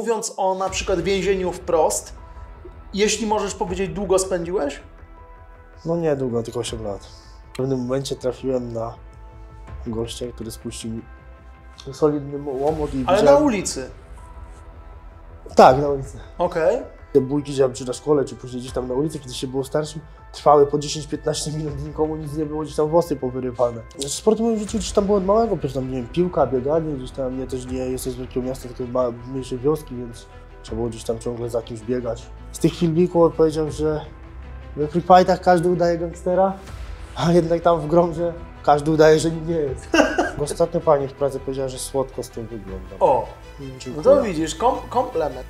mówiąc o na przykład więzieniu wprost, jeśli możesz powiedzieć, długo spędziłeś? No nie długo, tylko 8 lat. W pewnym momencie trafiłem na gościa, który spuścił mi solidny łomot i Ale widziałem... na ulicy? Tak, na ulicy. Okej. Te bójki, czy na szkole, czy później gdzieś tam na ulicy, kiedy się było starszym, trwały po 10-15 minut, nikomu nic nie było, gdzieś tam włosy powyrywane. Sport w moim życiu gdzieś tam było od małego, przecież tam, nie wiem, piłka, bieganie, gdzieś tam, ja też nie jestem z wielkiego miasta, tylko mniejszej wioski, więc trzeba było gdzieś tam ciągle za kimś biegać. Z tych filmików powiedział, że we free fightach każdy udaje gangstera, a jednak tam w gromrze każdy udaje, że nim nie jest. Ostatnio pani w pracy powiedziała, że słodko z tym wyglądam. O, no Dziękuję. to widzisz, komplement.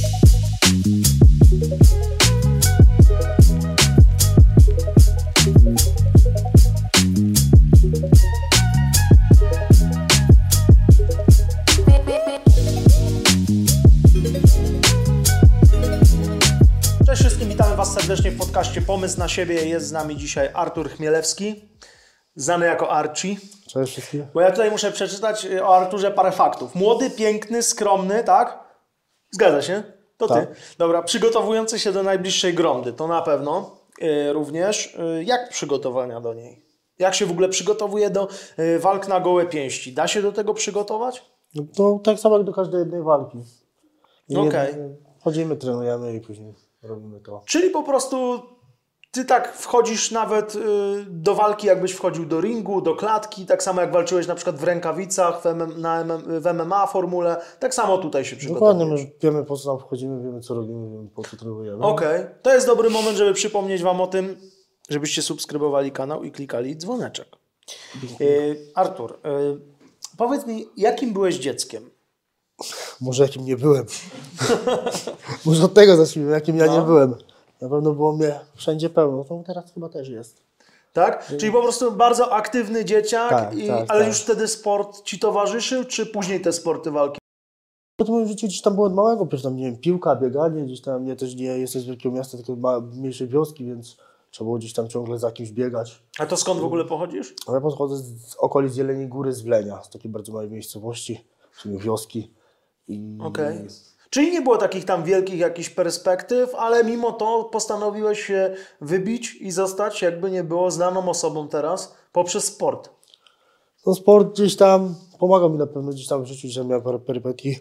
Cześć wszystkim, witamy Was serdecznie w podcaście Pomysł na siebie. Jest z nami dzisiaj Artur Chmielewski, znany jako Archie. Cześć wszystkim. Bo ja tutaj muszę przeczytać o Arturze parę faktów. Młody, piękny, skromny, tak? Zgadza się? To Tak. ty. Dobra, przygotowujący się do najbliższej grondy, to na pewno również. Jak przygotowania do niej? Jak się w ogóle przygotowuje do walk na gołe pięści? Da się do tego przygotować? No to tak samo jak do każdej jednej walki. Okej. Chodzimy, trenujemy i później robimy to. Czyli po prostu ty tak wchodzisz nawet do walki, jakbyś wchodził do ringu, do klatki, tak samo jak walczyłeś na przykład w rękawicach, w MMA formule, tak samo tutaj się przygotowujesz. Dokładnie, my wiemy po co tam wchodzimy, wiemy co robimy, wiemy po co trenujemy. Okej. To jest dobry moment, żeby przypomnieć Wam o tym, żebyście subskrybowali kanał i klikali dzwoneczek. Artur, powiedz mi, jakim byłeś dzieckiem? Może jakim nie byłem. Może od tego zacznijmy, jakim ja No. nie byłem. Na pewno było mnie wszędzie pełno, to teraz chyba też jest. Tak? Czyli po prostu bardzo aktywny dzieciak, Tak, ale tak. już wtedy sport Ci towarzyszył, czy później te sporty walki? W moim życiu gdzieś tam było od małego, przecież tam, nie wiem, piłka, bieganie, gdzieś tam, ja też nie jestem z wielkiego miasta, tylko mniejszej wioski, więc trzeba było gdzieś tam ciągle za kimś biegać. A to skąd w ogóle pochodzisz? A ja pochodzę z okolic Jeleniej Góry, z Wlenia, z takiej bardzo małej miejscowości, w sumie wioski. Okej. Czyli nie było takich tam wielkich jakichś perspektyw, ale mimo to postanowiłeś się wybić i zostać, jakby nie było, znaną osobą teraz poprzez sport. No sport gdzieś tam pomagał mi na pewno gdzieś tam w życiu, gdzieś tam miałem parę perypetii.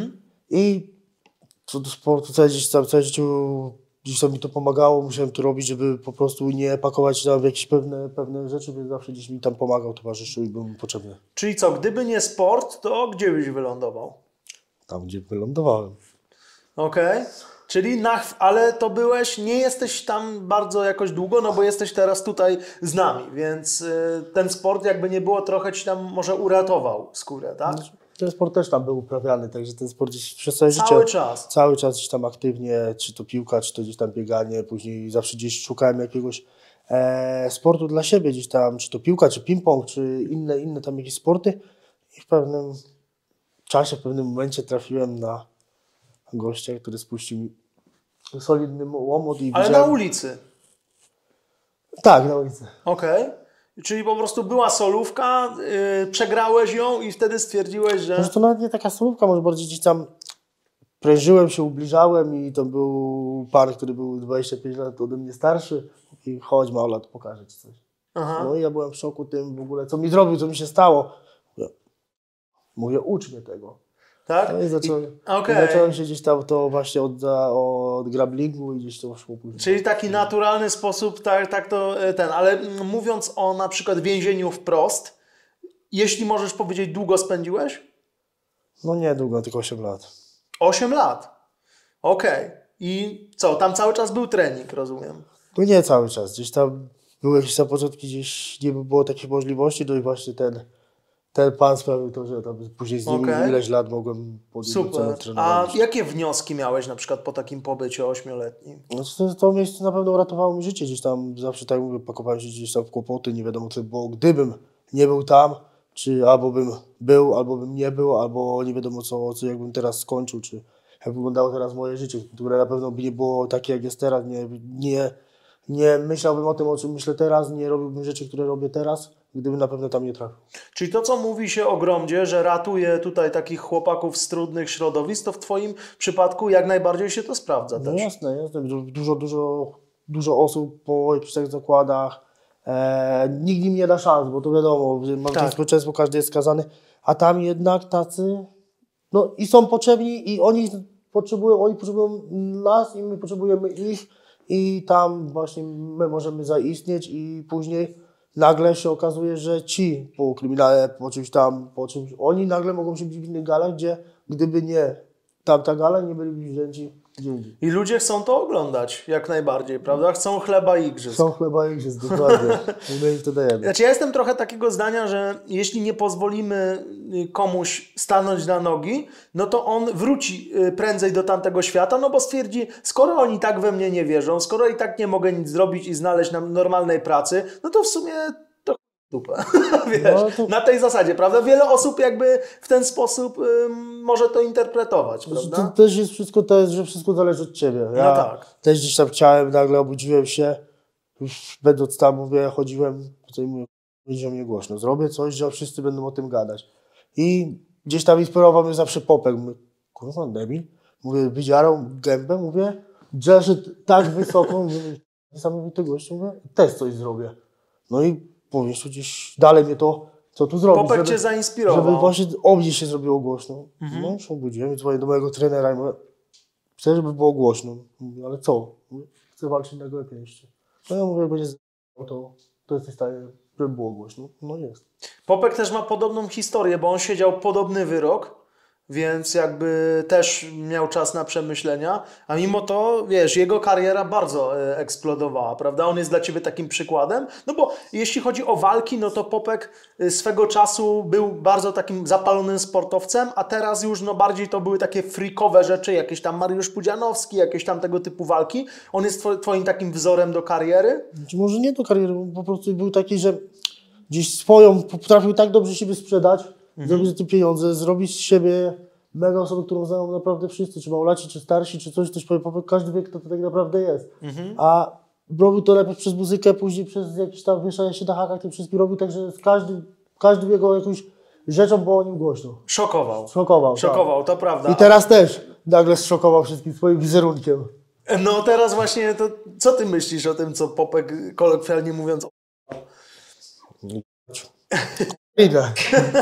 I co do sportu, całe życiu gdzieś tam mi to pomagało, musiałem to robić, żeby po prostu nie pakować tam w jakieś pewne rzeczy, więc zawsze gdzieś mi tam pomagał, towarzyszył i był mi potrzebny. Czyli co, gdyby nie sport, to gdzie byś wylądował? Tam, gdzie wylądowałem. Okej. Czyli ale to nie jesteś tam bardzo jakoś długo, no bo jesteś teraz tutaj z nami, więc ten sport jakby nie było, trochę Ci tam może uratował skórę, tak? Ten sport też tam był uprawiany, także ten sport gdzieś przez całe życie. Cały czas gdzieś tam aktywnie, czy to piłka, czy to gdzieś tam bieganie, później zawsze gdzieś szukałem jakiegoś sportu dla siebie gdzieś tam, czy to piłka, czy ping-pong, czy inne tam jakieś sporty i w pewnym czasie, w pewnym momencie trafiłem na gościa, który spuścił mi solidny łomot i Ale widziałem... na ulicy? Tak, na ulicy. Okej. Czyli po prostu była solówka, przegrałeś ją i wtedy stwierdziłeś, że... Może to nawet nie taka słówka, może bardziej gdzieś tam prężyłem się, ubliżałem i to był pan, który był 25 lat ode mnie starszy i chodź mała, to pokażę ci coś. Aha. No i ja byłem w szoku tym w ogóle, co mi zrobił, co mi się stało. Mówię, ucz mnie tego. Tak? No i Okej. zacząłem się gdzieś tam to właśnie od grapplingu i gdzieś to szło później. Czyli taki naturalny sposób, tak to ale mówiąc o na przykład więzieniu wprost, jeśli możesz powiedzieć, długo spędziłeś? No nie długo, tylko 8 lat. 8 lat. Okej. I co, tam cały czas był trening, rozumiem? No nie cały czas, gdzieś tam były jakieś tam początki, gdzieś nie było takich możliwości, no i właśnie ten pan sprawił to, że tam później z nim ileś lat mogłem podjąć Super. trenować. A jakie wnioski miałeś na przykład po takim pobycie 8-letnim? No to miejsce na pewno uratowało mi życie, gdzieś tam zawsze tak mówię, pakowałem się gdzieś tam w kłopoty, nie wiadomo co by było, gdybym nie był tam, czy albo bym był, albo bym nie był, albo nie wiadomo co jakbym teraz skończył, czy jak wyglądało teraz moje życie, które na pewno by nie było takie jak jest teraz, nie myślałbym o tym, o czym myślę teraz, nie robiłbym rzeczy, które robię teraz, gdybym na pewno tam nie trafił. Czyli to, co mówi się o Gromdzie, że ratuje tutaj takich chłopaków z trudnych środowisk, to w Twoim przypadku jak najbardziej się to sprawdza No też. jasne. Dużo osób po tych zakładach, nikt im nie da szans, bo to wiadomo, że mamy Tak. społeczeństwo, każdy jest skazany, a tam jednak tacy, no i są potrzebni i oni potrzebują nas i my potrzebujemy ich i tam właśnie my możemy zaistnieć i później nagle się okazuje, że ci po kryminale, po czymś, oni nagle mogą się bić w innych galach, gdzie gdyby nie tamta gala, nie byliby wzięci gdzie indziej. I ludzie chcą to oglądać jak najbardziej, prawda? Chcą chleba i igrzysk. Są chleba i igrzysk, dokładnie. I my im to dajemy. Znaczy ja jestem trochę takiego zdania, że jeśli nie pozwolimy komuś stanąć na nogi, no to on wróci prędzej do tamtego świata, no bo stwierdzi, skoro oni tak we mnie nie wierzą, skoro i tak nie mogę nic zrobić i znaleźć nam normalnej pracy, no to w sumie to dupę. Wiesz, No to- na tej zasadzie, prawda? Wiele osób jakby w ten sposób może to interpretować, To prawda? też jest wszystko, że wszystko zależy od ciebie. Ja No tak. też gdzieś tam chciałem, nagle obudziłem się, już będąc tam, mówię, chodziłem, tutaj mówię, będzie o mnie głośno, zrobię coś, że wszyscy będą o tym gadać. I gdzieś tam inspirował mnie zawsze Popek. Mówię, kurwa, debil. Mówię, wydziarał gębę, mówię, drzeszę tak wysoko, mówię, niesamowity gość, mówię, też coś zrobię. No i powiem, że gdzieś dalej mnie to, co tu zrobić, Popek cię zainspirował. żeby właśnie o mnie się zrobiło głośno. No już obudziłem, dzwonię do mojego trenera i mówię, chcę, żeby było głośno. Mówię, ale co? Mówię, chcę walczyć na gołe pięści. No ja mówię, jak będzie to jesteś w stanie, żeby było głośno. No jest. Popek też ma podobną historię, bo on siedział podobny wyrok, więc jakby też miał czas na przemyślenia, a mimo to, wiesz, jego kariera bardzo eksplodowała, prawda? On jest dla Ciebie takim przykładem, no bo jeśli chodzi o walki, no to Popek swego czasu był bardzo takim zapalonym sportowcem, a teraz już no bardziej to były takie freakowe rzeczy, jakieś tam Mariusz Pudzianowski, jakieś tam tego typu walki. On jest Twoim takim wzorem do kariery? Znaczy, może nie do kariery, bo po prostu był taki, że gdzieś swoją potrafił tak dobrze siebie sprzedać, zrobić za te pieniądze, zrobić z siebie mega osobę, którą znają naprawdę wszyscy, czy małolaci, czy starsi, czy coś powie, każdy wie, kto to tak naprawdę jest. A robił to najpierw przez muzykę, później przez jakieś tam wieszanie się na hakach, tym wszystkim robił tak, że każdy jego jakąś rzeczą było o nim głośno. Szokował. Szokował. Szokował, to prawda. I teraz też nagle zszokował wszystkim swoim wizerunkiem. No teraz właśnie, to co ty myślisz o tym, co Popek kolokwialnie mówiąc... Idę.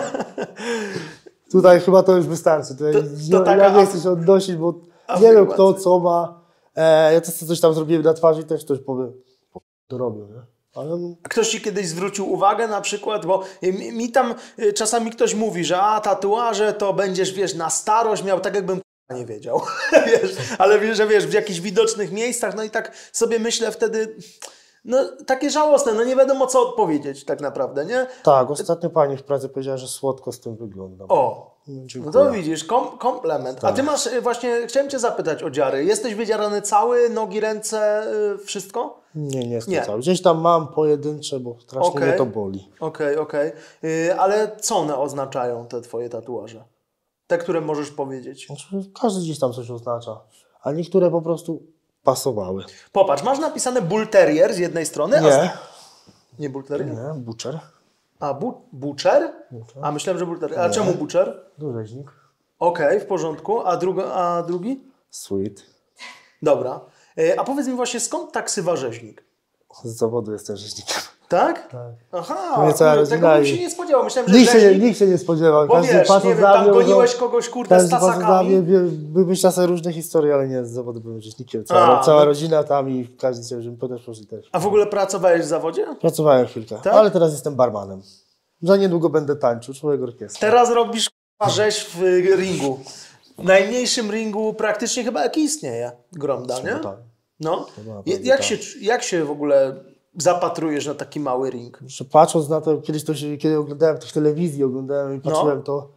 Tutaj chyba to już wystarczy. Tutaj ja nie chcę się odnosić, bo nie wiem kto co ma. Ja też coś tam zrobiłem na twarzy i też ktoś powie, to robię, nie? Ale... A ktoś Ci kiedyś zwrócił uwagę na przykład, bo mi tam czasami ktoś mówi, że tatuaże to będziesz, wiesz, na starość miał, tak jakbym nie wiedział, wiesz, ale wiesz, że wiesz, w jakichś widocznych miejscach, no i tak sobie myślę wtedy, no takie żałosne, no nie wiadomo co odpowiedzieć tak naprawdę, nie? Tak, ostatnio pani w pracy powiedziała, że słodko z tym wyglądam. O, no dziękuję. to widzisz, komplement. A ty masz właśnie, chciałem Cię zapytać o dziary. Jesteś wydzierany cały, nogi, ręce, wszystko? Nie jestem Nie. cały. Gdzieś tam mam pojedyncze, bo strasznie mnie to boli. Okej. Ale co one oznaczają, te Twoje tatuaże? Te, które możesz powiedzieć. Znaczy, każdy gdzieś tam coś oznacza, a niektóre po prostu pasowały. Popatrz, masz napisane Bull Terrier z jednej strony. Nie. Nie Bull Terrier? Nie, Butcher. A Butcher? A myślałem, że Bull Terrier. A czemu Butcher? Rzeźnik. Okej, w porządku. A drugi? Sweet. Dobra. A powiedz mi właśnie, skąd tak ksywa rzeźnik? Z zawodu jestem rzeźnikiem. Tak? Tak. Aha, Moja cała kurde, tego rodzina bym i- się nie spodziewał. Myślałem, że Nikt się nie spodziewał. bo Każdy wiesz, patrząc nie wiem, na tam mnie, goniłeś mówią, kogoś, kurde, z każdy patrząc na mnie, tasakami. były czasem różne historie, ale nie, z zawodu byłem rzeźnikiem. A, Cała no. rodzina tam i każdy chciał, żebym podeszł i też. A w ogóle pracowałeś w zawodzie? Pracowałem chwilkę, Tak? ale teraz jestem barmanem. Za niedługo będę tańczył, człowiek orkiestry. Teraz robisz rzeź w ringu. Najmniejszym ringu praktycznie chyba jaki istnieje. Gromda, nie? Tak. No. była prawda, Jak się w ogóle zapatrujesz na taki mały ring? Jeszcze patrząc na to, kiedy oglądałem to w telewizji, i patrzyłem to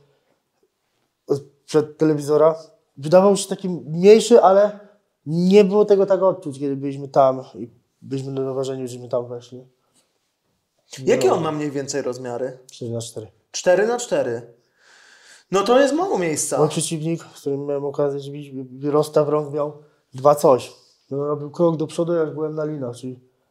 przed telewizora, wydawał się taki mniejszy, ale nie było tego tak odczuć, kiedy byliśmy tam i byliśmy na wrażeniu, żeśmy tam weszli. Jakie on ma mniej więcej rozmiary? 4x4. 4x4. No to jest mało miejsca. Mój przeciwnik, z którym miałem okazję się bić, rozstaw rąk miał 2 coś. No, robił krok do przodu, jak byłem na linach, czyli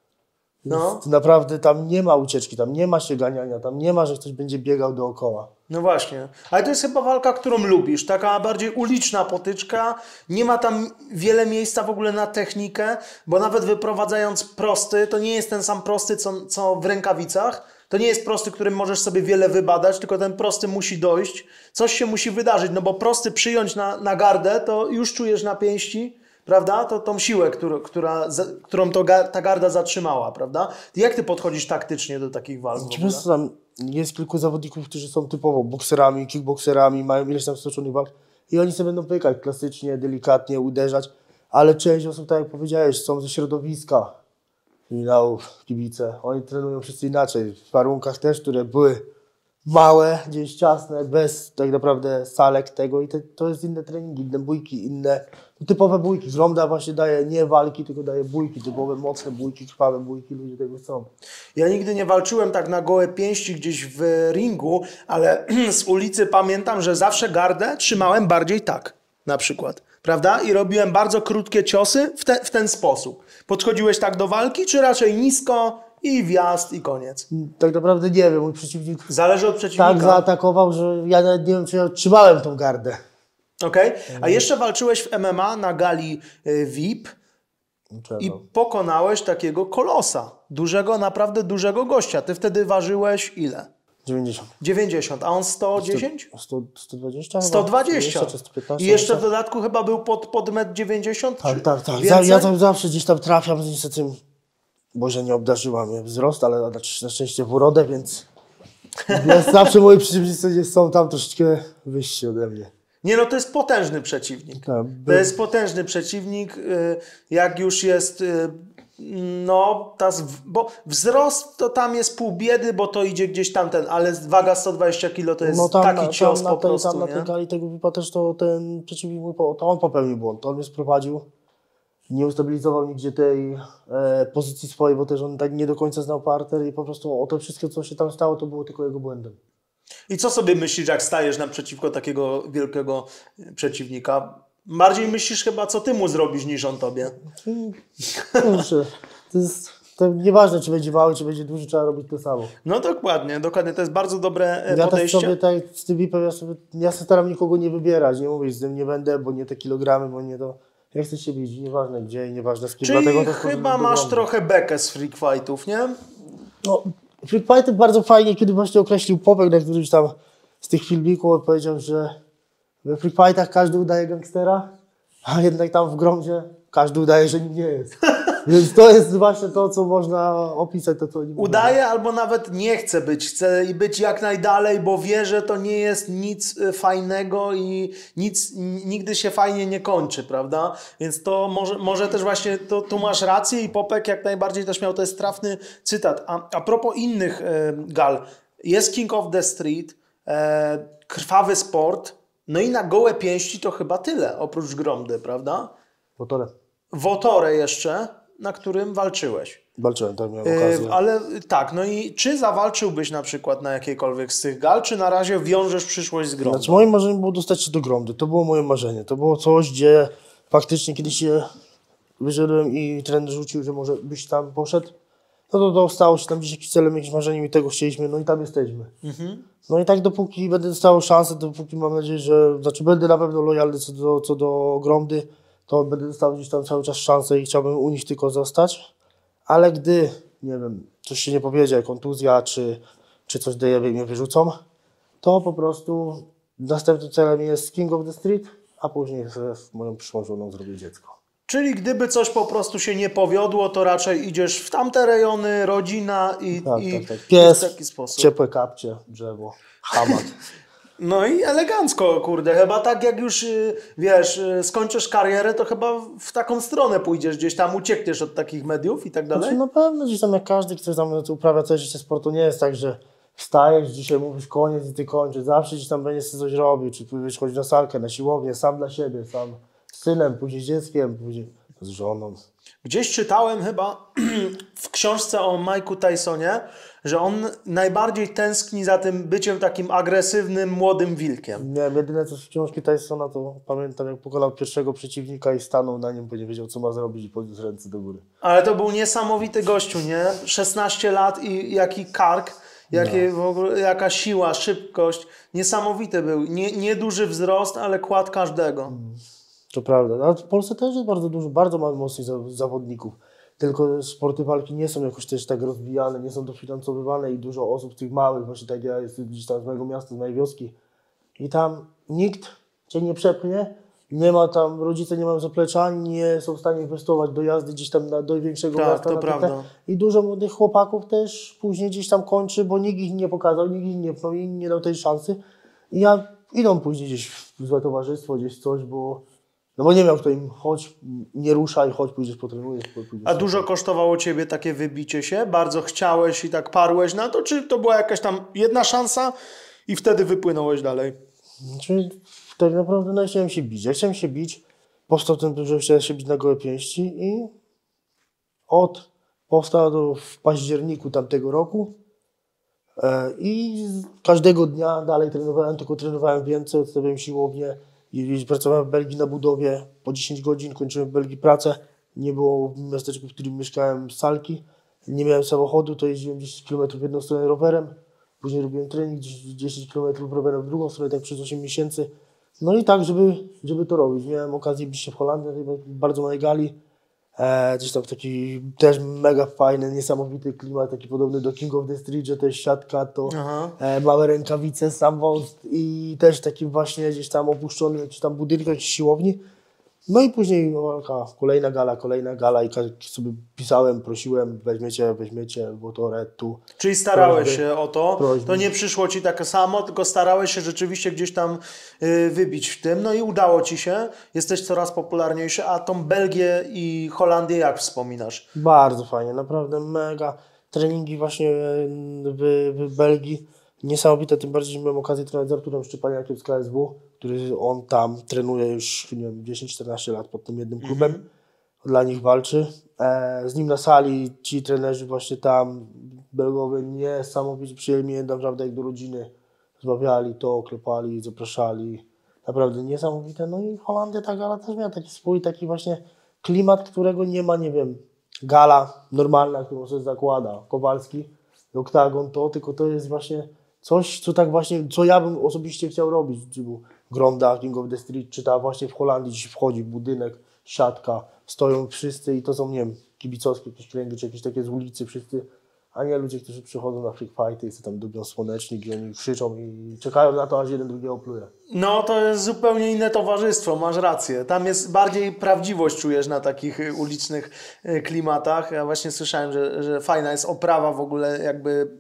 No. Naprawdę tam nie ma ucieczki, tam nie ma się ganiania, tam nie ma, że ktoś będzie biegał dookoła. No właśnie. Ale to jest chyba walka, którą lubisz. Taka bardziej uliczna potyczka. Nie ma tam wiele miejsca w ogóle na technikę, bo nawet wyprowadzając prosty, to nie jest ten sam prosty, co w rękawicach. To nie jest prosty, którym możesz sobie wiele wybadać, tylko ten prosty musi dojść. Coś się musi wydarzyć, no bo prosty przyjąć na gardę, to już czujesz na pięści, prawda? To tą siłę, którą ta garda zatrzymała, prawda? Jak ty podchodzisz taktycznie do takich walk? Często tam jest kilku zawodników, którzy są typowo bokserami, kickbokserami, mają ileś tam stoczonych walk i oni sobie będą pykać klasycznie, delikatnie, uderzać, ale część osób, tak jak powiedziałeś, są ze środowiska finałów, kibice. Oni trenują wszyscy inaczej, w warunkach też, które były małe, gdzieś ciasne, bez tak naprawdę salek tego i to jest inne treningi, inne bójki, inne typowe bójki. Żąda właśnie daje nie walki, tylko daje bójki, typowe mocne bójki, krwawe bójki, ludzie tego chcą. Ja nigdy nie walczyłem tak na gołe pięści gdzieś w ringu, ale z ulicy pamiętam, że zawsze gardę trzymałem bardziej tak, na przykład, prawda? I robiłem bardzo krótkie ciosy w ten sposób. Podchodziłeś tak do walki, czy raczej nisko i wjazd i koniec? Tak naprawdę nie wiem, mój przeciwnik Zależy od przeciwnika. tak zaatakował, że ja nawet nie wiem, czy ja trzymałem tą gardę. Okej. A jeszcze walczyłeś w MMA na gali VIP i pokonałeś takiego kolosa. Dużego, naprawdę dużego gościa. Ty wtedy ważyłeś ile? 90. 90, a on 110? 120? 120. 115, I jeszcze w dodatku chyba był pod 1,90 m? Tak. Ja tam zawsze gdzieś tam trafiam, niestety Boże nie obdarzyła mnie wzrost, ale na szczęście w urodę, więc zawsze moi przeciwnicy są tam troszeczkę wyżsi ode mnie. Nie no, to jest potężny przeciwnik. Tak, To jest potężny przeciwnik, jak już jest, no, bo wzrost to tam jest pół biedy, bo to idzie gdzieś tamten, ale waga 120 kg to jest taki cios po prostu, tam na tej gali tego wypadku też to ten przeciwnik mój, to on popełnił błąd, to on mnie sprowadził, nie ustabilizował nigdzie tej pozycji swojej, bo też on tak nie do końca znał parter i po prostu o to wszystko, co się tam stało, to było tylko jego błędem. I co sobie myślisz, jak stajesz naprzeciwko takiego wielkiego przeciwnika? Bardziej myślisz chyba, co ty mu zrobisz, niż on tobie. Kurczę, to nieważne, czy będzie mały, czy będzie duży, trzeba robić to samo. No dokładnie. To jest bardzo dobre ja podejście. Ja też sobie tak z tym VIP-em, ja staram nikogo nie wybierać, nie mówić, z tym nie będę, bo nie te kilogramy, bo nie to. Ja chcę się bić, nieważne gdzie i nieważne z kim. Czyli dlatego to chyba masz trochę bekę z freak fightów, nie? No, freak fighty bardzo fajnie, kiedy właśnie określił Popek na którymś tam z tych filmików, powiedział, że we freak fightach każdy udaje gangstera, a jednak tam w Gromdzie każdy udaje, że nim nie jest. Więc to jest właśnie to, co można opisać, to co nim udaje albo nawet nie chce być jak najdalej, bo wie, że to nie jest nic fajnego i nigdy się fajnie nie kończy, prawda? Więc to może też właśnie, tu masz rację i Popek jak najbardziej też miał, to jest trafny cytat. A propos innych gal, jest King of the Street, krwawy sport, no i na gołe pięści to chyba tyle, oprócz Gromdy, prawda? Wotorę jeszcze, na którym walczyłeś. Walczyłem, tak miałem okazję. Ale tak, no i czy zawalczyłbyś na przykład na jakiejkolwiek z tych gal, czy na razie wiążesz przyszłość z Gromdą? Znaczy moim marzeniem było dostać się do Gromdy, to było moje marzenie. To było coś, gdzie faktycznie kiedyś się wyszedłem i trener rzucił, że może byś tam poszedł, no to stało się tam gdzieś jakiś celem, jakimś marzeniem i tego chcieliśmy, no i tam jesteśmy. No i tak dopóki będę dostał szansę, dopóki mam nadzieję, że będę na pewno lojalny co do Gromdy, to będę dostał gdzieś tam cały czas szansę i chciałbym u nich tylko zostać. Ale gdy, nie wiem, coś się nie powiedzie, kontuzja czy coś daje i mnie wyrzucą, to po prostu następnym celem jest King of the Street, a później z moją przyszłą żoną zrobię dziecko. Czyli gdyby coś po prostu się nie powiodło, to raczej idziesz w tamte rejony, rodzina i Pies, w taki sposób. ciepłe kapcie, drzewo, hamak. No i elegancko, kurde. Chyba tak jak już, wiesz, skończysz karierę, to chyba w taką stronę pójdziesz, gdzieś tam uciekniesz od takich mediów i tak dalej? Znaczy, na pewno gdzieś tam jak każdy, który tam uprawia całe życie sportu, nie jest tak, że wstajesz, dzisiaj mówisz koniec i ty kończysz. Zawsze gdzieś tam będziesz coś robił, czy pójdziesz chodzić na salkę, na siłownię, sam dla siebie, sam z synem, później z dzieckiem, później z żoną. Gdzieś czytałem chyba w książce o Mike'u Tysonie, że on najbardziej tęskni za tym byciem takim agresywnym, młodym wilkiem. Nie, jedyne co z książki Tysona, to pamiętam jak pokonał pierwszego przeciwnika i stanął na nim, bo nie wiedział co ma zrobić i podniósł ręce do góry. Ale to był niesamowity gościu, nie? 16 lat i jaki kark, w ogóle, jaka siła, szybkość. Niesamowity był. Nieduży wzrost, ale kładł każdego. To prawda. No, w Polsce też jest bardzo dużo, bardzo mamy mocnych zawodników. Tylko sporty walki nie są jakoś też tak rozwijane, nie są dofinansowywane i dużo osób tych małych, właśnie tak ja jestem gdzieś tam z mojego miasta, z mojej wioski i tam nikt cię nie przepchnie, nie ma tam, rodzice nie mają zaplecza, nie są w stanie inwestować do jazdy gdzieś tam do większego miasta. To prawda. I dużo młodych chłopaków też później gdzieś tam kończy, bo nikt ich nie pokazał, nikt ich nie pchnął, nikt nie dał tej szansy. I idą później gdzieś w złe towarzystwo, gdzieś coś, bo nie miał kto im, chodź, nie ruszaj, chodź, pójdziesz, potrenujesz. A dużo kosztowało Ciebie takie wybicie się? Bardzo chciałeś i tak parłeś na to? Czy to była jakaś tam jedna szansa i wtedy wypłynąłeś dalej? Znaczy, tak naprawdę no, chciałem się bić. Ja chciałem się bić, powstał ten, że chciałem się bić na gołe pięści i powstał w październiku tamtego roku i każdego dnia dalej trenowałem, tylko trenowałem więcej, odstawiałem siłownię. I pracowałem w Belgii na budowie, po 10 godzin kończyłem w Belgii pracę, nie było w miasteczku, w którym mieszkałem salki, nie miałem samochodu, to jeździłem 10 km w jedną stronę rowerem, później robiłem trening 10 km rowerem w drugą stronę, tak przez 8 miesięcy. No i tak, żeby to robić. Miałem okazję bić się w Holandii, w bardzo małej gali, gdzieś tam taki też mega fajny, niesamowity klimat, taki podobny do King of the Street, że to jest siatka, to małe rękawice, sam wąs i też taki właśnie gdzieś tam opuszczony, gdzieś tam budynek, siłowni. No i później kolejna gala i sobie pisałem, prosiłem, weźmiecie, bo to red tu. Czyli starałeś się o to, to nie przyszło Ci tak samo, tylko starałeś się rzeczywiście gdzieś tam wybić w tym, no i udało Ci się, jesteś coraz popularniejszy, a tą Belgię i Holandię jak wspominasz? Bardzo fajnie, naprawdę mega. Treningi właśnie w Belgii niesamowite, tym bardziej, że miałem okazję trenować z Arturem Szczepaniakiem z KSW, który on tam trenuje już, nie wiem, 10-14 lat pod tym jednym klubem, dla nich walczy. Z nim na sali ci trenerzy właśnie tam, Belgowie, niesamowicie przyjęli mnie naprawdę jak do rodziny. Rozmawiali to, klepali, zapraszali. Naprawdę niesamowite. No i Holandia, ta gala też miała taki swój, taki właśnie klimat, którego nie ma, nie wiem, gala normalna, którą sobie zakłada Kowalski, oktagon, tylko to jest właśnie coś, co tak właśnie, co ja bym osobiście chciał robić, czy był Gronda, King of the Street, czy ta właśnie w Holandii gdzieś wchodzi budynek, siatka, stoją wszyscy i to są, nie wiem, kibicowskie jakieś kręgi, czy jakieś takie z ulicy wszyscy, a nie ludzie, którzy przychodzą na freak fighty i sobie tam dubią słonecznik i oni krzyczą i czekają na to, aż jeden drugiego pluje. No to jest zupełnie inne towarzystwo, masz rację. Tam jest bardziej prawdziwość czujesz na takich ulicznych klimatach. Ja właśnie słyszałem, że fajna jest oprawa w ogóle jakby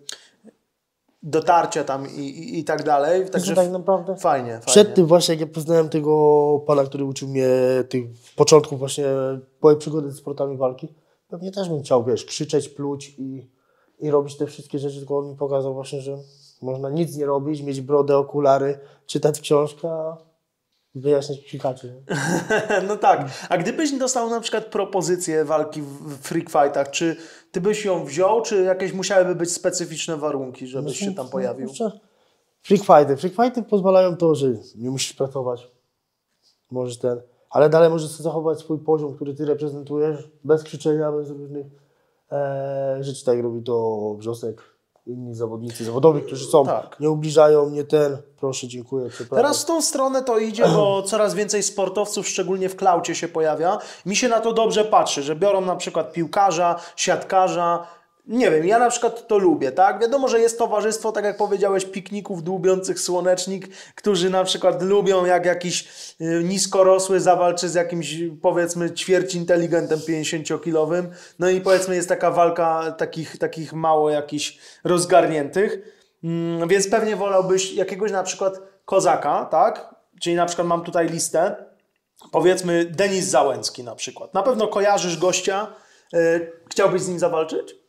dotarcia tam i tak dalej. Także tak naprawdę fajnie. Przed tym właśnie, jak ja poznałem tego pana, który uczył mnie tych początków właśnie mojej przygody z sportami walki, pewnie też bym chciał, krzyczeć, pluć i robić te wszystkie rzeczy, tylko on mi pokazał właśnie, że można nic nie robić, mieć brodę, okulary, czytać książkę, a wyjaśniać psikaczy. No tak. A gdybyś dostał na przykład propozycję walki w freak fightach, czy ty byś ją wziął, czy jakieś musiałyby być specyficzne warunki, żebyś się tam pojawił? Freak fighty pozwalają to, że nie musisz pracować. Możesz ale dalej możesz zachować swój poziom, który ty reprezentujesz, bez krzyczenia, bez różnych rzeczy, tak jak robi to Wrzosek, inni zawodnicy zawodowi, którzy są, nie ubliżają, proszę, dziękuję, przepraszam. Teraz w tą stronę to idzie, bo coraz więcej sportowców, szczególnie w klaucie się pojawia. Mi się na to dobrze patrzy, że biorą na przykład piłkarza, siatkarza. Nie wiem, ja na przykład to lubię, tak? Wiadomo, że jest towarzystwo, tak jak powiedziałeś, pikników dłubiących słonecznik, którzy na przykład lubią, jak jakiś niskorosły zawalczy z jakimś, powiedzmy, ćwierćinteligentem 50-kilowym. No i powiedzmy jest taka walka takich mało jakichś rozgarniętych. Więc pewnie wolałbyś jakiegoś na przykład kozaka, tak? Czyli na przykład mam tutaj listę, powiedzmy Denis Załęcki na przykład. Na pewno kojarzysz gościa, chciałbyś z nim zawalczyć?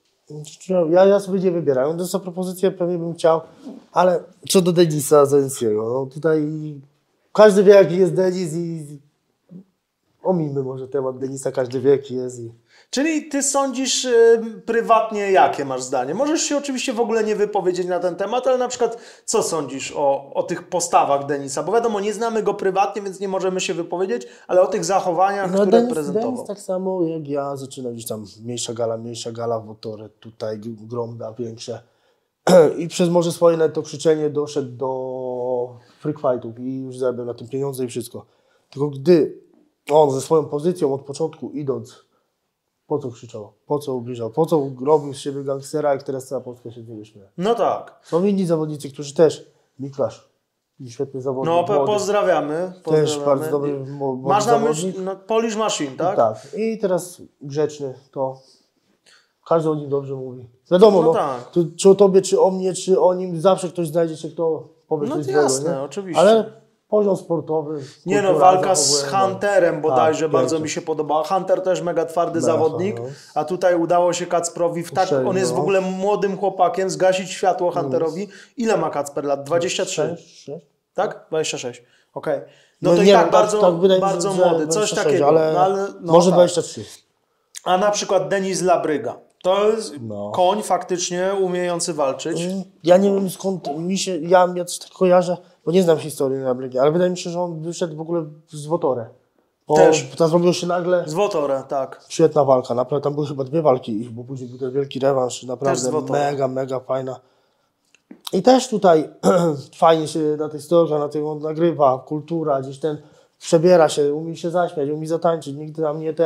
Ja sobie nie wybieram. To jest propozycja, pewnie bym chciał, ale co do Denisa Załęckiego, no tutaj każdy wie, jaki jest Denis i omijmy może temat Denisa, każdy wie jaki jest. Czyli ty sądzisz prywatnie, jakie masz zdanie? Możesz się oczywiście w ogóle nie wypowiedzieć na ten temat, ale na przykład co sądzisz o tych postawach Denisa? Bo wiadomo, nie znamy go prywatnie, więc nie możemy się wypowiedzieć, ale o tych zachowaniach, które prezentował. Denis tak samo jak ja zaczynam gdzieś tam mniejsza gala, Wotoret, tutaj gromda większe. I przez może swoje nawet to krzyczenie doszedł do freak fightów i już zarabiał na tym pieniądze i wszystko. Tylko gdy on ze swoją pozycją od początku idąc, po co krzyczał, po co ubliżał, po co robił z siebie gangstera, jak teraz cała Polska się z niego śmieje. No tak. Są inni zawodnicy, którzy też, Miklasz, świetny zawodnik. No pozdrawiamy. Też bardzo dobry masz na myśli Polish Machine, tak? Tak. I teraz grzeczny, to każdy o nim dobrze mówi. Wiadomo, no tak. Czy o tobie, czy o mnie, czy o nim, zawsze ktoś znajdzie się, kto powie coś złego. No jasne, oczywiście. Ale poziom sportowy. Nie no, walka z Hunterem bodajże bardzo mi się podobała. Hunter też mega twardy zawodnik, a tutaj udało się Kacprowi on jest w ogóle młodym chłopakiem, zgasić światło Hunterowi. Ile ma Kacper lat? 23? 6? Tak? 26. Okej. Okay. No to i tak bardzo młody, coś takiego. Ale może 23. A na przykład Denis Labryga. To jest koń faktycznie umiejący walczyć. Ja nie wiem skąd ja coś tak kojarzę, bo nie znam historii Labrygi, ale wydaje mi się, że on wyszedł w ogóle z Wotorę. Też. Tam zrobiło się nagle... Z Wotorę, tak. Świetna walka, naprawdę tam były chyba 2 walki, bo później był ten wielki rewanż, naprawdę mega fajna. I też tutaj fajnie się na tej storze, na tym on nagrywa, kultura, gdzieś przebiera się, umie się zaśmiać, umie zatańczyć, nigdy tam nie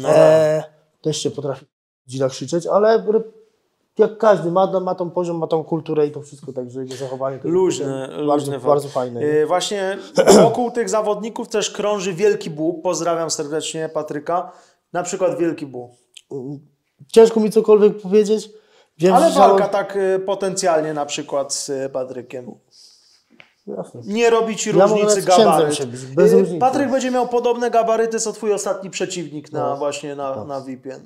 też się potrafi krzyczeć, ale jak każdy ma tą poziom, ma tą kulturę i to wszystko, także jego zachowanie to luźne, bardzo fajne. Właśnie wokół tych zawodników też krąży Wielki Bóg. Pozdrawiam serdecznie Patryka. Na przykład Wielki Bóg. Ciężko mi cokolwiek powiedzieć. Wiem, ale walka tak potencjalnie na przykład z Patrykiem. Jasne. Nie robi ci różnicy gabaryt. Patryk będzie miał podobne gabaryty, co twój ostatni przeciwnik właśnie na VIP-ie.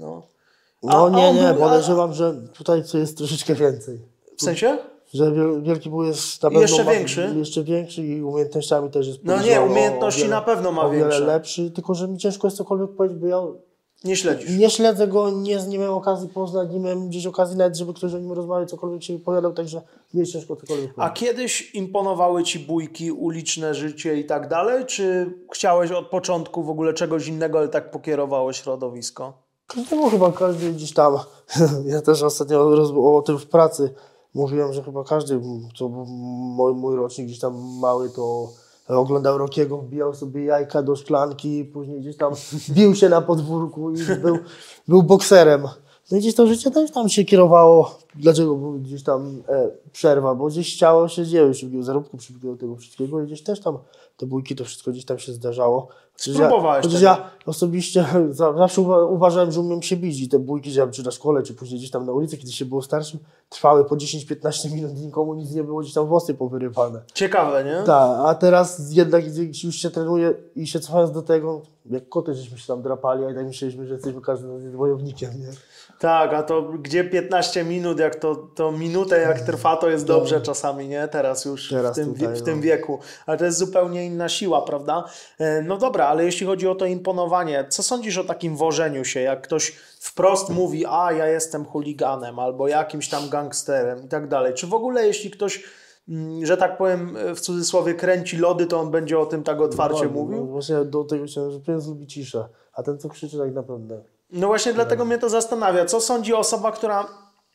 Nie, podejrzewam, że tutaj jest troszeczkę więcej. W sensie? Że Wielki Bóg jest na pewno jeszcze większy i umiejętnościami też jest umiejętności na pewno ma większe. Wiele lepszy, tylko że mi ciężko jest cokolwiek powiedzieć, bo ja nie śledzisz. Nie śledzę go, nie miałem okazji poznać, nie miałem gdzieś okazji nawet, żeby ktoś o nim rozmawiał, cokolwiek się wypowiadał, także mi jest ciężko cokolwiek powiedzieć. A kiedyś imponowały ci bójki, uliczne życie i tak dalej, czy chciałeś od początku w ogóle czegoś innego, ale tak pokierowało środowisko? Każdemu chyba każdy gdzieś tam, ja też ostatnio o tym w pracy mówiłem, że chyba każdy, co mój rocznik gdzieś tam mały, to oglądał Rockiego, wbijał sobie jajka do szklanki, później gdzieś tam bił się na podwórku i był bokserem. No i gdzieś to życie też tam się kierowało, dlaczego był gdzieś tam przerwa, bo gdzieś chciało się dzieje, szybkiego zarobku, szybkiego tego wszystkiego i gdzieś też tam te bójki, to wszystko gdzieś tam się zdarzało. Spróbowałeś ja osobiście zawsze uważałem, że umiem się bić i te bójki, czy na szkole, czy później gdzieś tam na ulicy, kiedy się było starszym, trwały po 10-15 minut, nikomu nic nie było, gdzieś tam włosy powyrywane. Ciekawe, nie? Tak, a teraz jednak już się trenuje i się cofając do tego, jak koty żeśmy się tam drapali, a i tak myśleliśmy, że jesteśmy każdy jest wojownikiem, nie? Tak, a to gdzie 15 minut, jak to minutę jak trwa, to jest dobrze czasami, nie? Teraz już w tym wieku. Ale to jest zupełnie inna siła, prawda? No dobra, ale jeśli chodzi o to imponowanie, co sądzisz o takim wożeniu się? Jak ktoś wprost mówi, ja jestem chuliganem albo jakimś tam gangsterem i tak dalej. Czy w ogóle jeśli ktoś, że tak powiem w cudzysłowie, kręci lody, to on będzie o tym tak otwarcie mówił? No, właśnie do tego chciałem, że pies lubi ciszę, a ten co krzyczy tak naprawdę... No właśnie dlatego mnie to zastanawia. Co sądzi osoba, która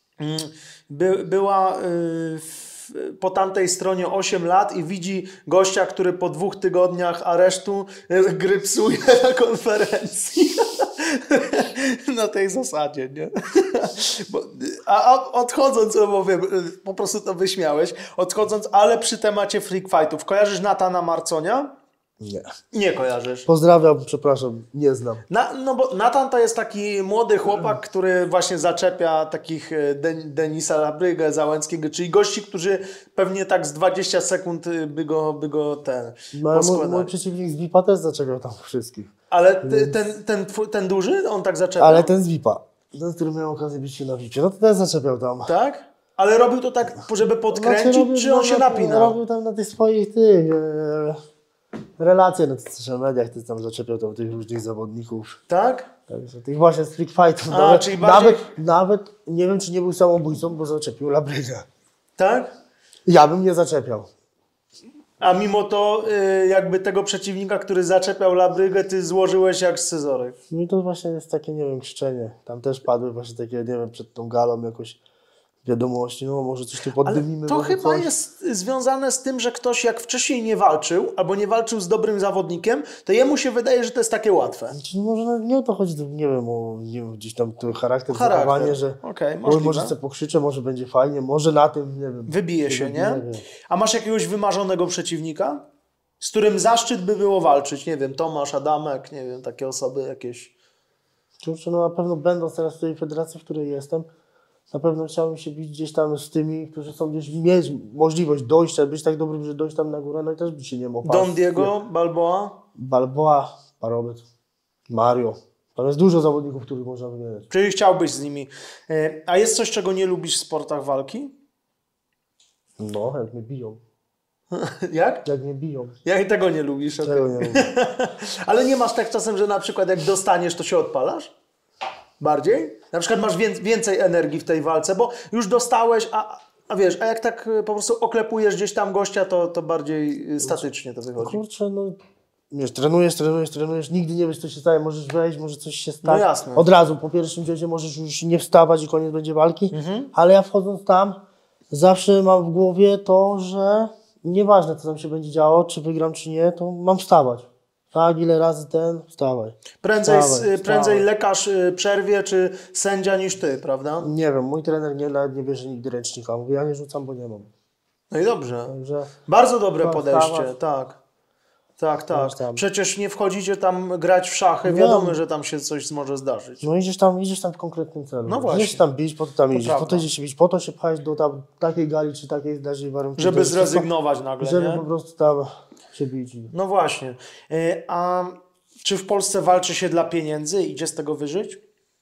była po tamtej stronie 8 lat i widzi gościa, który po 2 tygodniach aresztu grypsuje na konferencji. Na tej zasadzie, nie? A odchodząc, bo wiem, po prostu to wyśmiałeś, ale przy temacie freak fightów, kojarzysz Natana Marconia? Nie. Nie kojarzysz. Pozdrawiam, przepraszam, nie znam. No bo Natan to jest taki młody chłopak, który właśnie zaczepia takich Denisa Labrygę, Załęckiego, czyli gości, którzy pewnie tak z 20 sekund by go poskładali. Mój przeciwnik z VIP-a też zaczepiał tam wszystkich. Ale ten duży, on tak zaczepiał? Ale ten z VIP-a, ten, który miał okazję bić się na VIP-ie, no to też zaczepiał tam. Tak? Ale robił to tak, żeby podkręcić, czy on się napinał? Robił tam na tych swoich tych... relacje na tych social mediach, ty tam zaczepiał tam tych różnych zawodników. Tak? Także tych właśnie street fightów. Czyli bardziej... nawet nie wiem, czy nie był samobójcą, bo zaczepił Labrygę. Tak? Ja bym nie zaczepiał. A mimo to jakby tego przeciwnika, który zaczepiał Labrygę, ty złożyłeś jak scyzoryk. No i to właśnie jest takie, nie wiem, krzyczenie. Tam też padły właśnie takie, nie wiem, przed tą galą jakoś wiadomości, no może coś tu poddymimy. Ale to chyba coś. jest związane z tym, że ktoś jak wcześniej nie walczył, albo nie walczył z dobrym zawodnikiem, to jemu się wydaje, że to jest takie łatwe. Znaczy, może nie o to chodzi, nie wiem, o nie wiem, gdzieś tam to charakter. Zachowanie, że może sobie pokrzyczę, może będzie fajnie, może na tym, nie wiem. Wybije się, nie? A masz jakiegoś wymarzonego przeciwnika, z którym zaszczyt by było walczyć? Nie wiem, Tomasz, Adamek, nie wiem, takie osoby jakieś. Kurczę, no na pewno będąc teraz w tej federacji, w której jestem, na pewno chciałbym się bić gdzieś tam z tymi, którzy są gdzieś, mieć możliwość dojścia, być tak dobrym, że dojść tam na górę, no i też być się nie mógł. Don Diego, Balboa, Parobet, Mario. Tam jest dużo zawodników, których można wymieniać. Czyli chciałbyś z nimi. A jest coś, czego nie lubisz w sportach walki? No, jak mnie biją. Jak? Jak mnie biją. Jak tego nie lubisz? Czego nie lubię. Ale nie masz tak czasem, że na przykład jak dostaniesz, to się odpalasz? Bardziej? Na przykład masz więcej energii w tej walce, bo już dostałeś, a wiesz, a jak tak po prostu oklepujesz gdzieś tam gościa, to bardziej statycznie to wychodzi. Kurczę, no wiesz, trenujesz, nigdy nie wiesz, co się stanie, możesz wejść, może coś się stać. No jasne. Od razu, po pierwszym ciosie możesz już nie wstawać i koniec będzie walki, ale ja wchodząc tam, zawsze mam w głowie to, że nieważne, co tam się będzie działo, czy wygram, czy nie, to mam wstawać. Tak, ile razy wstawaj. Prędzej lekarz przerwie, czy sędzia niż ty, prawda? Nie wiem, mój trener nawet nie bierze nigdy ręcznika. Mówi, ja nie rzucam, bo nie mam. No i dobrze. Także bardzo dobre podejście, wstawać. tak. Tak. Przecież nie wchodzicie tam grać w szachy, wiadomo, że tam się coś może zdarzyć. No idziesz tam w konkretnym celu. No właśnie. Idziesz tam bić, po to tam idziesz, prawda. po to idziesz się bić, po to się pchać do tam takiej gali, czy takiej zdarzeń warunków. Żeby zrezygnować nagle, żeby nie? po prostu tam się bić. No właśnie. A czy w Polsce walczy się dla pieniędzy i idzie z tego wyżyć?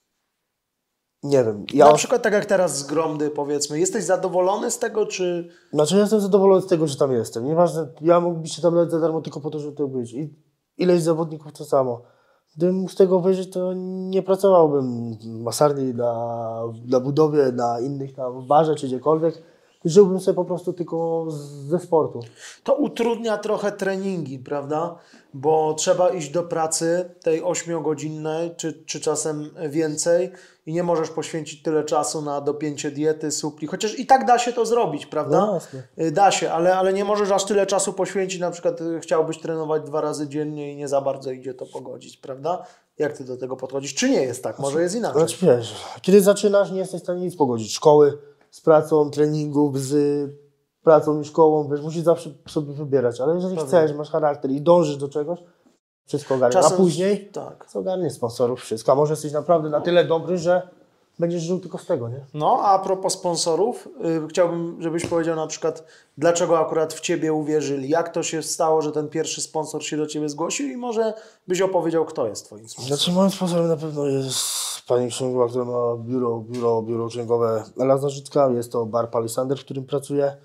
Nie wiem. Na przykład tak jak teraz z Gromdy, powiedzmy. Jesteś zadowolony z tego, czy... Znaczy ja jestem zadowolony z tego, że tam jestem. Nieważne, ja mógłbym się tam leć za darmo tylko po to, żeby to być. I ileś zawodników to samo. Gdybym mógł z tego wyżyć, to nie pracowałbym w masarni, na budowie, na innych tam w barze czy gdziekolwiek. Żyłbym sobie po prostu tylko ze sportu. To utrudnia trochę treningi, prawda? Bo trzeba iść do pracy tej 8-godzinnej, czy czasem więcej i nie możesz poświęcić tyle czasu na dopięcie diety, supli, chociaż i tak da się to zrobić, prawda? No jasne. Da się, ale nie możesz aż tyle czasu poświęcić, na przykład chciałbyś trenować 2 razy dziennie i nie za bardzo idzie to pogodzić, prawda? Jak ty do tego podchodzisz? Czy nie jest tak? Może jest inaczej? Znaczy wiesz, kiedy zaczynasz, nie jesteś w stanie nic pogodzić. Szkoły z pracą, treningów, z pracą i szkołą, wiesz, musisz zawsze sobie wybierać, ale jeżeli chcesz, masz charakter i dążysz do czegoś, wszystko ogarniesz. A później ogarniesz sponsorów, wszystko. A może jesteś naprawdę na tyle dobry, że będziesz żył tylko z tego, nie? No, a propos sponsorów, chciałbym, żebyś powiedział na przykład, dlaczego akurat w Ciebie uwierzyli, jak to się stało, że ten pierwszy sponsor się do Ciebie zgłosił i może byś opowiedział, kto jest Twoim sponsorem. Znaczy moim sponsorem na pewno jest pani księgowa, która ma biuro księgowe Ela Zarzycka, jest to bar Palisander, w którym pracuję.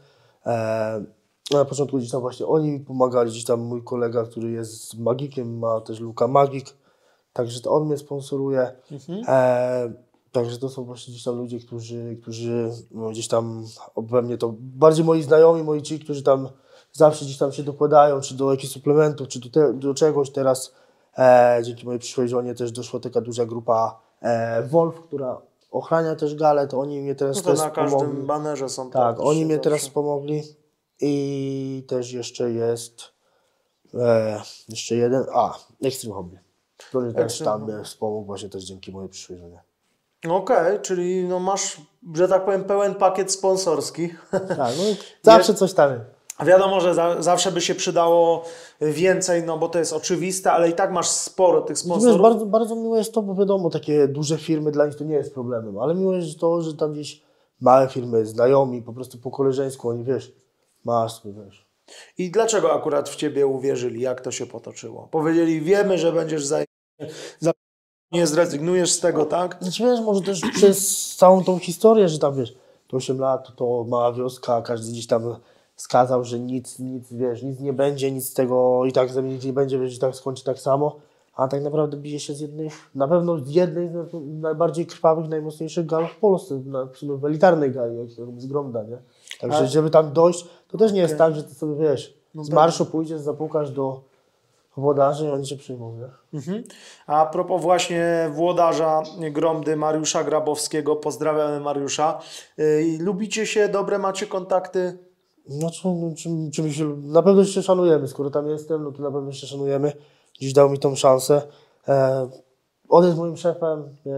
Na początku gdzieś tam właśnie oni mi pomagali, gdzieś tam mój kolega, który jest magikiem, ma też Luka Magik, także to on mnie sponsoruje. Także to są właśnie gdzieś tam ludzie, którzy no, gdzieś tam we mnie to bardziej moi znajomi, moi ci, którzy tam zawsze gdzieś tam się dokładają, czy do jakichś suplementów, czy do czegoś. Teraz dzięki mojej przyszłej żonie też doszła taka duża grupa Wolf, która ochrania też galę, to oni mnie teraz no to na każdym pomogli. Banerze są. Tak, oni mnie teraz pomogli i też jeszcze jest jeszcze jeden, Extreme Hobby, który też tam mnie wspomógł właśnie też dzięki mojej przyszłej żonie. Okej, czyli no masz, że tak powiem, pełen pakiet sponsorski. Tak, no zawsze coś tam jest. Wiadomo, że zawsze by się przydało więcej, no bo to jest oczywiste, ale i tak masz sporo tych sponsorów. Wiesz, bardzo, bardzo miłe jest to, bo wiadomo, takie duże firmy dla nich to nie jest problemem, ale miłe jest to, że tam gdzieś małe firmy, znajomi, po prostu po koleżeńsku, oni wiesz, masz, wiesz. I dlaczego akurat w Ciebie uwierzyli? Jak to się potoczyło? Powiedzieli, wiemy, że będziesz nie zrezygnujesz z tego, tak? Znaczy wiesz, może też przez całą tą historię, że tam wiesz, to 8 lat, to mała wioska, każdy gdzieś tam wskazał, że nic, wiesz, nic nie będzie, nic z tego i tak nic nie będzie, wiesz, i tak skończy tak samo. A tak naprawdę bije się na pewno z jednej z najbardziej krwawych, najmocniejszych gal w Polsce, w elitarnej gali, jak z Gromda, nie? Także żeby tam dojść, to też nie jest tak, że ty sobie, wiesz, z marszu pójdziesz, zapukasz do włodarzy i oni cię przyjmą, nie? A propos właśnie włodarza Gromdy, Mariusza Grabowskiego, pozdrawiamy Mariusza. Lubicie się, dobre macie kontakty? Znaczy, na pewno się szanujemy, skoro tam jestem, no to na pewno się szanujemy. Dziś dał mi tą szansę. On jest moim szefem, ja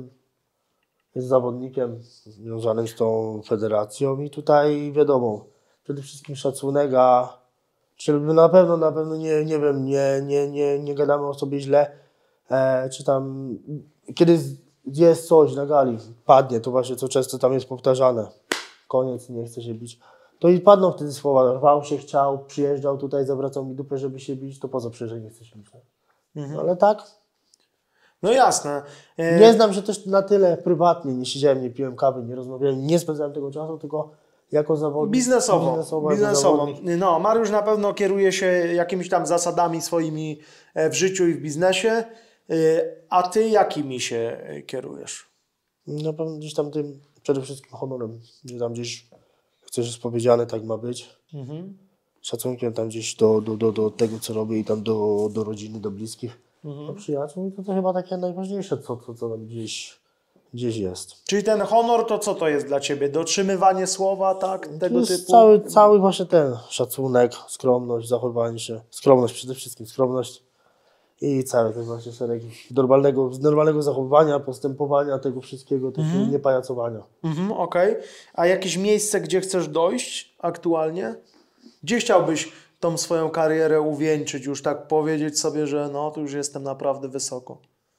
jest zawodnikiem związanym z tą federacją i tutaj wiadomo, przede wszystkim szacunek, a czy na pewno nie wiem, nie gadamy o sobie źle, czy tam kiedy jest coś na gali, padnie, to właśnie co często tam jest powtarzane, koniec, nie chce się bić. To i padną wtedy słowa, rwał się, chciał, przyjeżdżał tutaj, zawracał mi dupę, żeby się bić, to po co przyjeżdżać, nie chce się bić. Ale tak. No jasne. Nie znam się też na tyle prywatnie, nie siedziałem, nie piłem kawy, nie rozmawiałem, nie spędzałem tego czasu, tylko jako zawodnik. Biznesowo. No, Mariusz na pewno kieruje się jakimiś tam zasadami swoimi w życiu i w biznesie, a ty jakimi się kierujesz? Na pewno gdzieś tam tym przede wszystkim honorem, gdzie tam gdzieś coś jest powiedziane, tak ma być. Szacunkiem tam gdzieś do tego, co robię i tam do rodziny, do bliskich, do przyjaciół. I to chyba takie najważniejsze, co tam gdzieś jest. Czyli ten honor to co to jest dla ciebie? Dotrzymywanie słowa, tak? Tego to jest typu? cały właśnie ten szacunek, skromność, zachowanie się. Skromność przede wszystkim, skromność i cały ten właśnie szereg normalnego zachowania, postępowania, tego wszystkiego, takiego niepajacowania. Okej. A jakieś miejsce, gdzie chcesz dojść aktualnie? Gdzie chciałbyś tą swoją karierę uwieńczyć, już tak powiedzieć sobie, że no, tu już jestem naprawdę wysoko?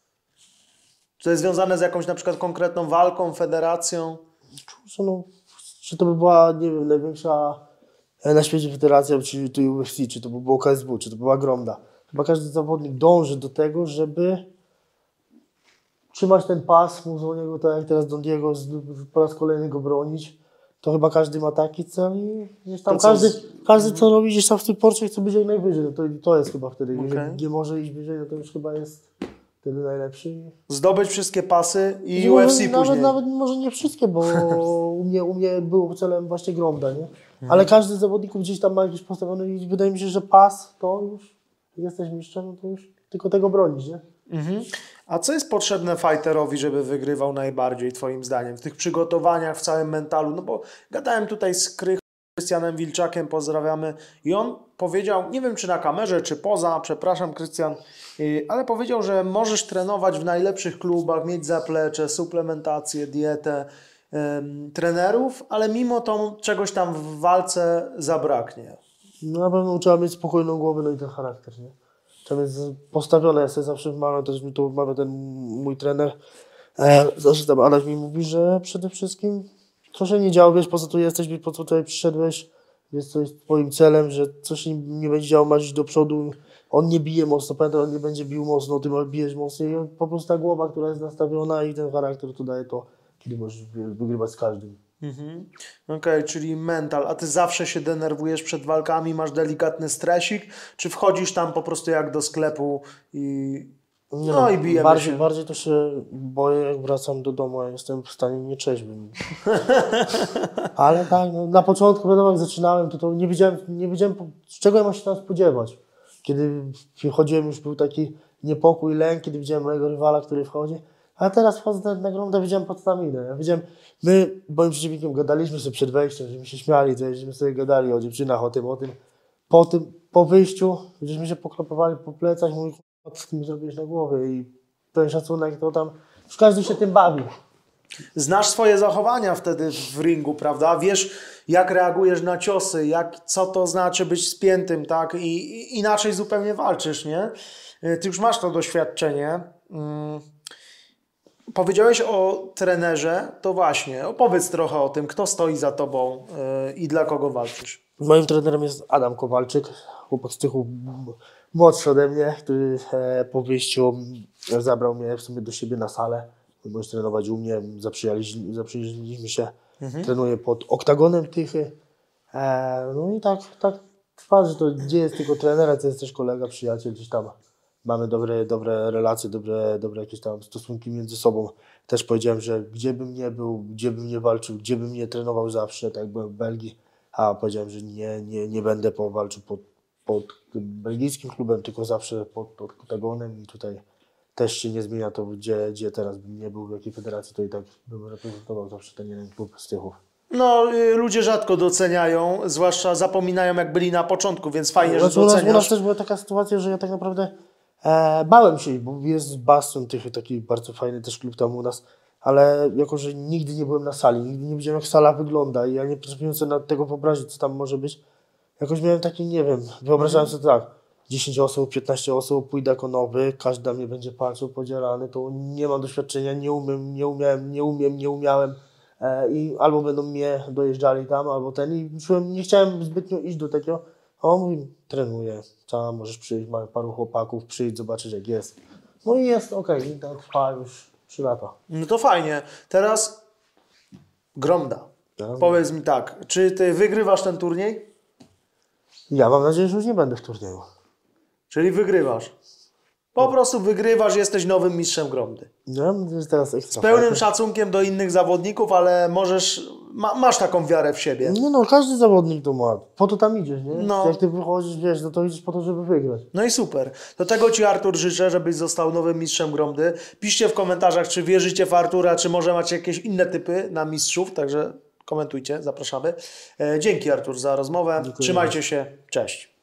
Czy to jest związane z jakąś na przykład konkretną walką, federacją? No, czy to by była, nie wiem, największa na świecie federacja, czy to UFC, czy to by było KSW, czy to była Gromda. Chyba każdy zawodnik dąży do tego, żeby trzymać ten pas, móc o niego, tak jak teraz Don Diego, po raz kolejny go bronić. To chyba każdy ma taki cel i gdzieś tam każdy co robi gdzieś tam w tym porcie chce być jak najwyżej. No to jest chyba wtedy, jeżeli nie może iść wyżej, no to już chyba jest wtedy najlepszy. Zdobyć wszystkie pasy i UFC później. Nawet może nie wszystkie, bo u mnie był celem właśnie Gromda, nie? Ale każdy z zawodników gdzieś tam ma jakiś postawiony i wydaje mi się, że pas to już jesteś mistrzem, no to już tylko tego bronić, nie? A co jest potrzebne fighterowi, żeby wygrywał najbardziej twoim zdaniem? W tych przygotowaniach, w całym mentalu? No bo gadałem tutaj z Krystianem Wilczakiem, pozdrawiamy, i on powiedział, nie wiem czy na kamerze, czy poza, przepraszam Krystian, ale powiedział, że możesz trenować w najlepszych klubach, mieć zaplecze, suplementację, dietę, trenerów, ale mimo to czegoś tam w walce zabraknie. No na pewno trzeba mieć spokojną głowę, no i ten charakter, nie? Trzeba mieć postawione, ja sobie zawsze wmawiam, też mi to wmawia ten mój trener, zawsze tam Adaś mi mówi, że przede wszystkim co się nie działo, wiesz, po co tu jesteś, po co tutaj przyszedłeś, jest coś twoim celem, że coś nie będzie działo, masz iść do przodu, on nie bije mocno, pamiętaj, on nie będzie bił mocno, ty bijesz mocniej i po prostu ta głowa, która jest nastawiona i ten charakter to daje to, kiedy możesz wygrywać z każdym. Okej, czyli mental. A ty zawsze się denerwujesz przed walkami, masz delikatny stresik, czy wchodzisz tam po prostu jak do sklepu i i bijemy się? Bardziej to się boję, jak wracam do domu, a jestem w stanie nieczeźwym. Ale tak, no, na początku, wiadomo, jak zaczynałem, to nie wiedziałem, czego ja mam się tam spodziewać. Kiedy wchodziłem, już był taki niepokój, lęk, kiedy widziałem mojego rywala, który wchodzi. A teraz wchodzę na Gromdę, widziałem podstaminę. Ja widziałem, my, moim przeciwnikiem, gadaliśmy sobie przed wejściem, żeśmy się śmiali, żeśmy sobie gadali o dziewczynach, o tym. Po wyjściu, żeśmy się poklopowali po plecach, mój co mi zrobiłeś na głowie i ten szacunek, to tam, już każdy się tym bawi. Znasz swoje zachowania wtedy w ringu, prawda? Wiesz, jak reagujesz na ciosy, co to znaczy być spiętym, tak? I inaczej zupełnie walczysz, nie? Ty już masz to doświadczenie. Powiedziałeś o trenerze, to właśnie, opowiedz trochę o tym, kto stoi za tobą i dla kogo walczysz. Moim trenerem jest Adam Kowalczyk, chłopak z Tychu, młodszy ode mnie, który po wyjściu zabrał mnie w sumie do siebie na salę. Możesz trenować u mnie, zaprzyjaźniliśmy się. Trenuję pod oktagonem Tychy. No i tak trwa, że to gdzie jest tylko trenera, to jest też kolega, przyjaciel, gdzieś tam mamy dobre relacje, dobre jakieś tam stosunki między sobą. Też powiedziałem, że gdzie bym nie był, gdzie bym nie walczył, gdzie bym nie trenował zawsze, tak jak byłem w Belgii, a powiedziałem, że nie będę walczył pod tym belgijskim klubem, tylko zawsze pod Oktagonem i tutaj też się nie zmienia to, gdzie teraz bym nie był, w jakiej federacji, to i tak bym reprezentował zawsze ten jeden klub z Tychów. No, ludzie rzadko doceniają, zwłaszcza zapominają, jak byli na początku, więc fajnie, że doceniasz. U nas też była taka sytuacja, że ja tak naprawdę bałem się, bo jest Bastion Tychy, taki bardzo fajny też klub tam u nas, ale jako, że nigdy nie byłem na sali, nigdy nie widziałem, jak sala wygląda i ja nie potrafiłem sobie nawet tego wyobrazić, co tam może być. Jakoś miałem taki, nie wiem, wyobrażałem sobie tak, 10 osób, 15 osób, pójdę jako nowy, każdy na mnie będzie patrzył, podzierany, to nie mam doświadczenia, nie umiałem. I albo będą mnie dojeżdżali tam, albo i nie chciałem zbytnio iść do takiego, a on mówi, trenuję, sam możesz przyjść, mamy paru chłopaków, przyjść, zobaczyć jak jest. No i jest okej, i to trwa już 3 lata. No to fajnie. Teraz Gromda. Powiedz mi tak, czy ty wygrywasz ten turniej? Ja mam nadzieję, że już nie będę w turnieju. Czyli wygrywasz. Po prostu wygrywasz, jesteś nowym mistrzem Gromdy. Ja mam nadzieję, że teraz ekstra. Z pełnym szacunkiem do innych zawodników, ale możesz, masz taką wiarę w siebie. Nie no, każdy zawodnik to ma. Po to tam idziesz, nie? No. Jak ty wychodzisz, wiesz, no to idziesz po to, żeby wygrać. No i super. Do tego Ci, Artur, życzę, żebyś został nowym mistrzem Gromdy. Piszcie w komentarzach, czy wierzycie w Artura, czy może macie jakieś inne typy na mistrzów, także komentujcie, zapraszamy. Dzięki, Artur, za rozmowę. Dziękuję. Trzymajcie się. Cześć.